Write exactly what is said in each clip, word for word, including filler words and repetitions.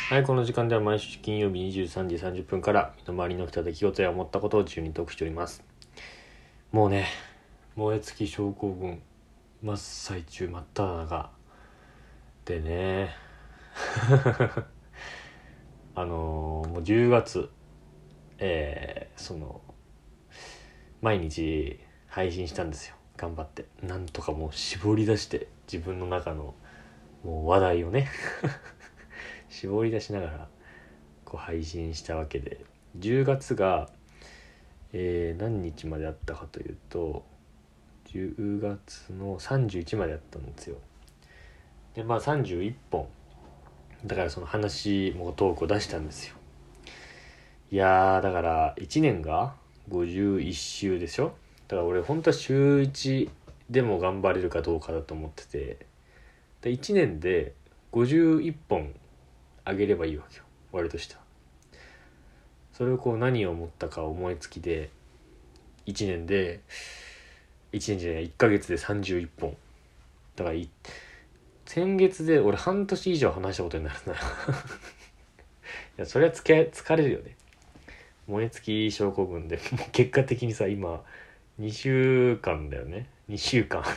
はい、この時間では毎週金曜日にじゅうさんじさんじゅっぷんから身の回りの人で気をつや思ったことを自由にトークしております。もうね、燃え尽き症候群真っ最中真っ只中でねあのー、もうじゅうがつえー、その毎日配信したんですよ。頑張ってなんとかもう絞り出して自分の中のもう話題をね絞り出しながらこう配信したわけで、じゅうがつが、えー、何日まであったかというとじゅうがつのさんじゅういちまであったんですよ。でまあさんじゅういっぽんだからその話もトークを出したんですよ。いやーだからいちねんがごじゅういっ週でしょ。だから俺本当は週いちでも頑張れるかどうかだと思ってて、でいちねんでごじゅういっぽんあげればいいわけよ、割とした。それをこう何を思ったか思いつきでいちねんでいちねんじゃないいっかげつでさんじゅういっぽんだからい先月で俺半年以上話したことになるないやそれはつけ疲れるよね。燃え尽き症候群でもう結果的にさ今にしゅうかんだよねにしゅうかん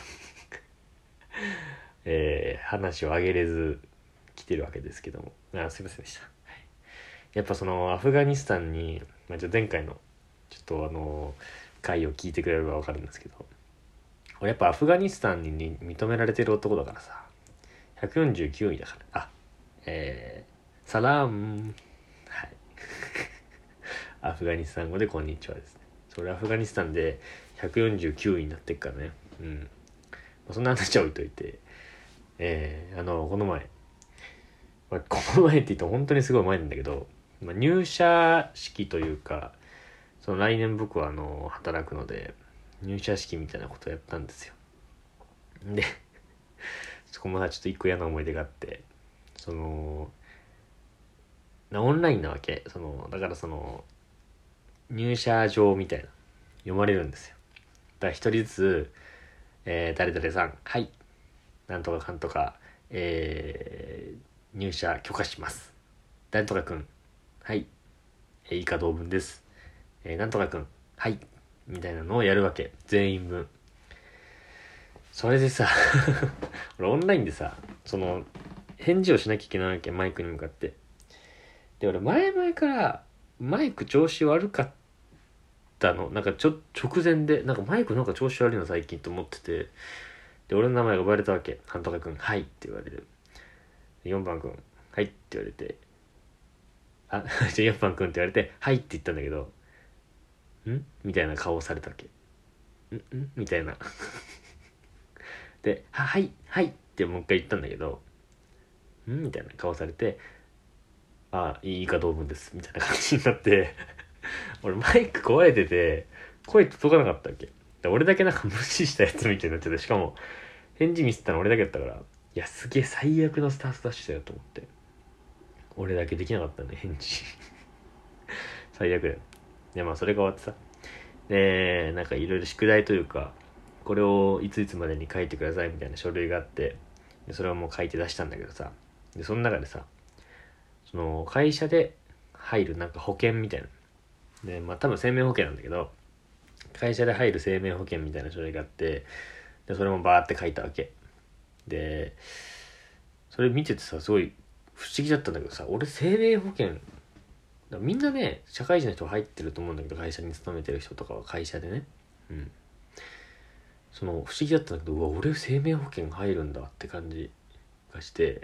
えー、話を上げれず来てるわけですけども、あすいませんでした。やっぱそのアフガニスタンに、まあ、じゃ前回のちょっとあの回を聞いてくれれば分かるんですけど、俺やっぱアフガニスタンに認められてる男だからさひゃくよんじゅうきゅういだから、あえー、サラームはいアフガニスタン語でこんにちはですね。それアフガニスタンでひゃくよんじゅうきゅういになってっからね。うん、まあ、そんな話は置いといて、えー、あのこの前、まあ、この前って言うと本当にすごい前なんだけど、まあ、入社式というかその来年僕はあの働くので入社式みたいなことをやったんですよ。でそこもさちょっと一個嫌な思い出があって、そのオンラインなわけ。そのだからその入社状みたいな読まれるんですよ。だから一人ずつ、えー、誰々さんはいなんとかかんとか、えー、入社許可します。誰とかくんはい、えー、以下同文です。えー、なんとかくんはいみたいなのをやるわけ、全員分。それでさ俺オンラインでさその返事をしなきゃいけないわけ、マイクに向かって。で俺前々からマイク調子悪かったの、なんかちょ直前でなんかマイクなんか調子悪いの最近と思ってて、で俺の名前が呼ばれたわけ。なんとかくんはいって言われる。よんばんくんはいって言われて、あじゃあよんばんくんって言われてはいって言ったんだけど、んみたいな顔をされたわけ。んんみたいなでははいはいってもう一回言ったんだけど、んみたいな顔されて、あいいか同文ですみたいな感じになって俺マイク壊れてて声届かなかったわけ。で俺だけなんか無視したやつみたいになってて、しかも返事見せたの俺だけだったから、いやすげえ最悪のスタートダッシュだよと思って、俺だけできなかったんで返事最悪だよ。でまあそれが終わってさ、でなんかいろいろ宿題というかこれをいついつまでに書いてくださいみたいな書類があって、でそれをもう書いて出したんだけどさ、でその中でさその会社で入るなんか保険みたいなで、まあ多分生命保険なんだけど、会社で入る生命保険みたいな書類があって、でそれもバーって書いたわけで、それ見ててさすごい不思議だったんだけどさ、俺生命保険みんなね社会人の人入ってると思うんだけど、会社に勤めてる人とかは会社でね、うんその不思議だったんだけど、うわ俺生命保険入るんだって感じがして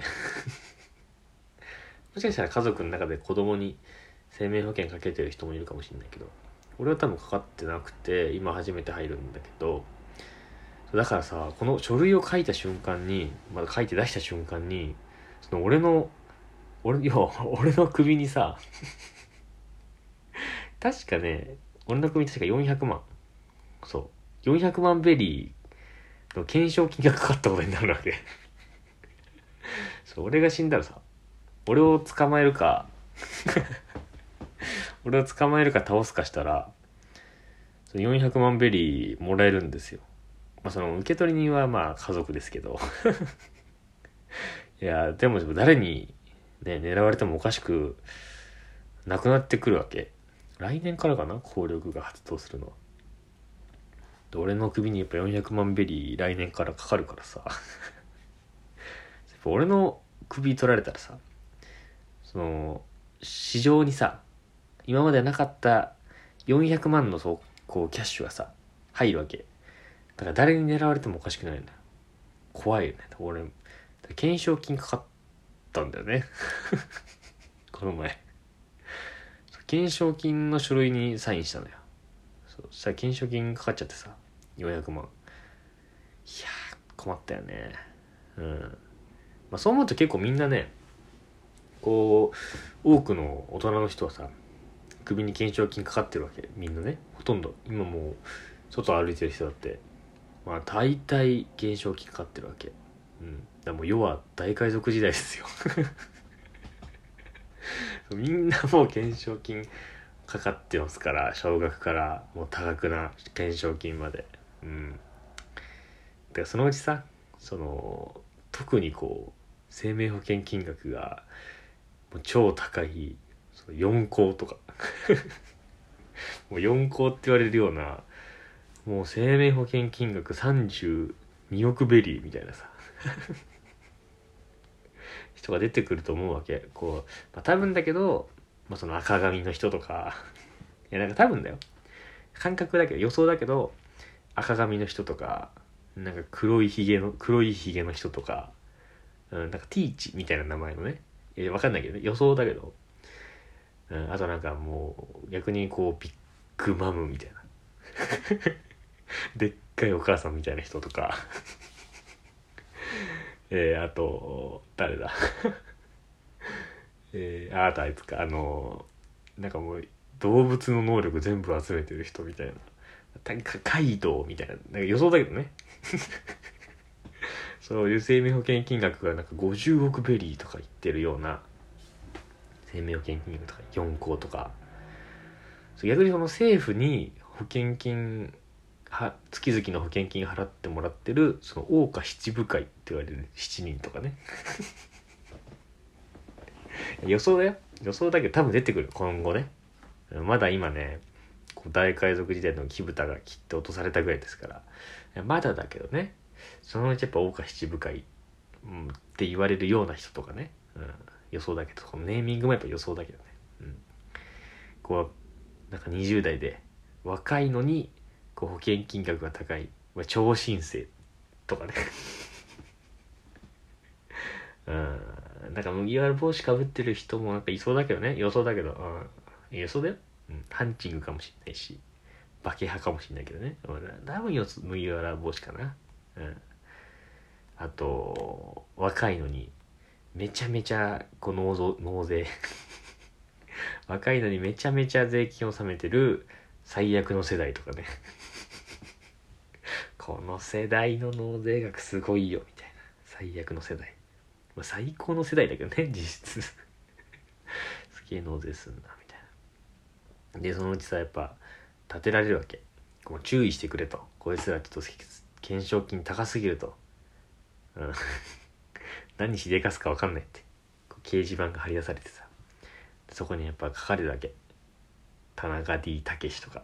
もしかしたら家族の中で子供に生命保険かけてる人もいるかもしれないけど、俺は多分かかってなくて今初めて入るんだけど、だからさこの書類を書いた瞬間に、まだ書いて出した瞬間にその俺の俺要は俺の首にさ確かね俺の首に確かよんひゃくまん、そうよんひゃくまんベリーの懸賞金がかかったことになるわけそう俺が死んだらさ俺を捕まえるか俺を捕まえるか倒すかしたらそのよんひゃくまんベリーもらえるんですよ。まあその受け取り人はまあ家族ですけどいやでも誰にね狙われてもおかしくなくなってくるわけ。来年からかな、効力が発動するのは。で俺の首にやっぱよんひゃくまんベリー来年からかかるからさやっぱ俺の首取られたらさ、その市場にさ今までなかったよんひゃくまんのそうこうキャッシュがさ入るわけだから、誰に狙われてもおかしくないんだよ。怖いよね。俺懸賞金かかったんだよねこの前懸賞金の書類にサインしたのよ。そうそしたら懸賞金かかっちゃってさよんひゃくまん。いやー困ったよね。うんまあそう思うと結構みんなね、こう多くの大人の人はさ首に懸賞金かかってるわけ。みんなね、ほとんど今もう外歩いてる人だってまあ大体懸賞金かかってるわけ。うんだからもう世は大海賊時代ですよみんなもう懸賞金かかってますから、少額からもう多額な懸賞金まで。うんだからそのうちさ、その特にこう生命保険金額がもう超高いそのよん項とかもうよん項って言われるような、もう生命保険金額さんじゅうにおくベリーみたいなさ人が出てくると思うわけ。こう、まあ、多分だけど、まあ、その赤髪の人とかいやなんか多分だよ、感覚だけど予想だけど、赤髪の人とかなんか黒いひげの黒いひげの人とか、うん、なんかティーチみたいな名前のね、いやわかんないけどね、予想だけど、うん、あとなんかもう逆にこうビッグマムみたいなでっかいお母さんみたいな人とかえー、あと誰だえー、あとあいつか、あのなんかもう動物の能力全部集めてる人みたいな、カイドウみたいな、なんか予想だけどねそういう生命保険金額がなんかごじゅうおくベリーとか言ってるような生命保険金額とかよん項とか、逆にその政府に保険金は月々の保険金払ってもらってるその桜花七部会って言われるしちにんとかね予想だよ、予想だけど多分出てくる今後ね。まだ今ねこう大海賊時代の木蓋が切って落とされたぐらいですから、まだだけどね、そのうちやっぱ桜花七部会、うん、って言われるような人とかね、うん、予想だけど、このネーミングもやっぱ予想だけどね、うん、こうなんかにじゅう代で若いのにこう保険金額が高い、まあ、超新星とかねうんなんか麦わら帽子かぶってる人もなんかいそうだけどね、予想だけど、うん、予想だよ、うん、ハンチングかもしれないし化け派かもしれないけどね、多分麦わら帽子かな。うんあと若いのにめちゃめちゃこう納税納税若いのにめちゃめちゃ税金を納めてる最悪の世代とかねこの世代の納税額すごいよみたいな、最悪の世代、まあ、最高の世代だけどね実質すげえ納税すんなみたいな。でそのうちさやっぱ立てられるわけ、こう注意してくれと、こいつらちょっと懸賞金高すぎると、うん、何しでかすか分かんないって掲示板が貼り出されてさ、そこにやっぱ書かれるわけ、田中 D たけしとか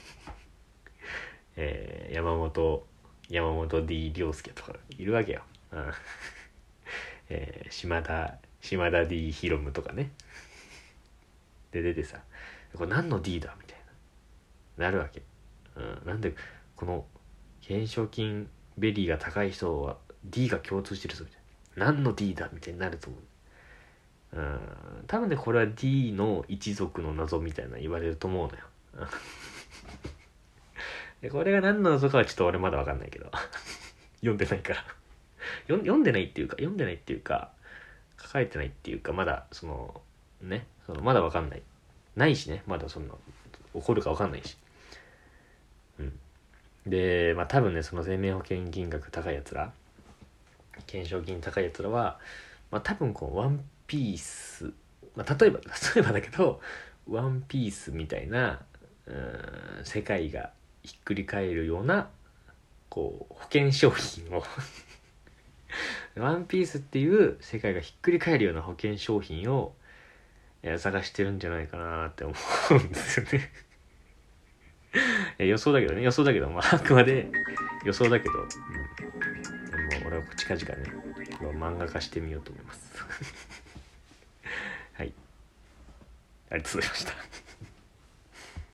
えー、山本山本 D 涼介とかいるわけよ、うんえー、島田島田 D ヒロムとかねで出てさ、これ何の D だみたいななるわけ、うん、なんでこの懸賞金ベリーが高い人は D が共通してるぞみたいな、何の D だみたいになると思う。うん、多分ねこれは D の一族の謎みたいな言われると思うのよでこれが何の謎かはちょっと俺まだ分かんないけど読んでないから読んでないっていうか読んでないっていうか書かれてないっていうか、まだそのねそのまだ分かんないないしね、まだそんな起こるか分かんないし、うんでまあ多分ねその生命保険金額高いやつら、懸賞金高いやつらはまあ多分こうワンピース、まあ、例えば例えばだけどワンピースみたいな、うーん世界がひっくり返るようなこう保険商品をワンピースっていう世界がひっくり返るような保険商品を探してるんじゃないかなって思うんですよね予想だけどね予想だけどまああくまで予想だけど、うん、でも俺は近々ね漫画化してみようと思いますはい、ありがとうございました。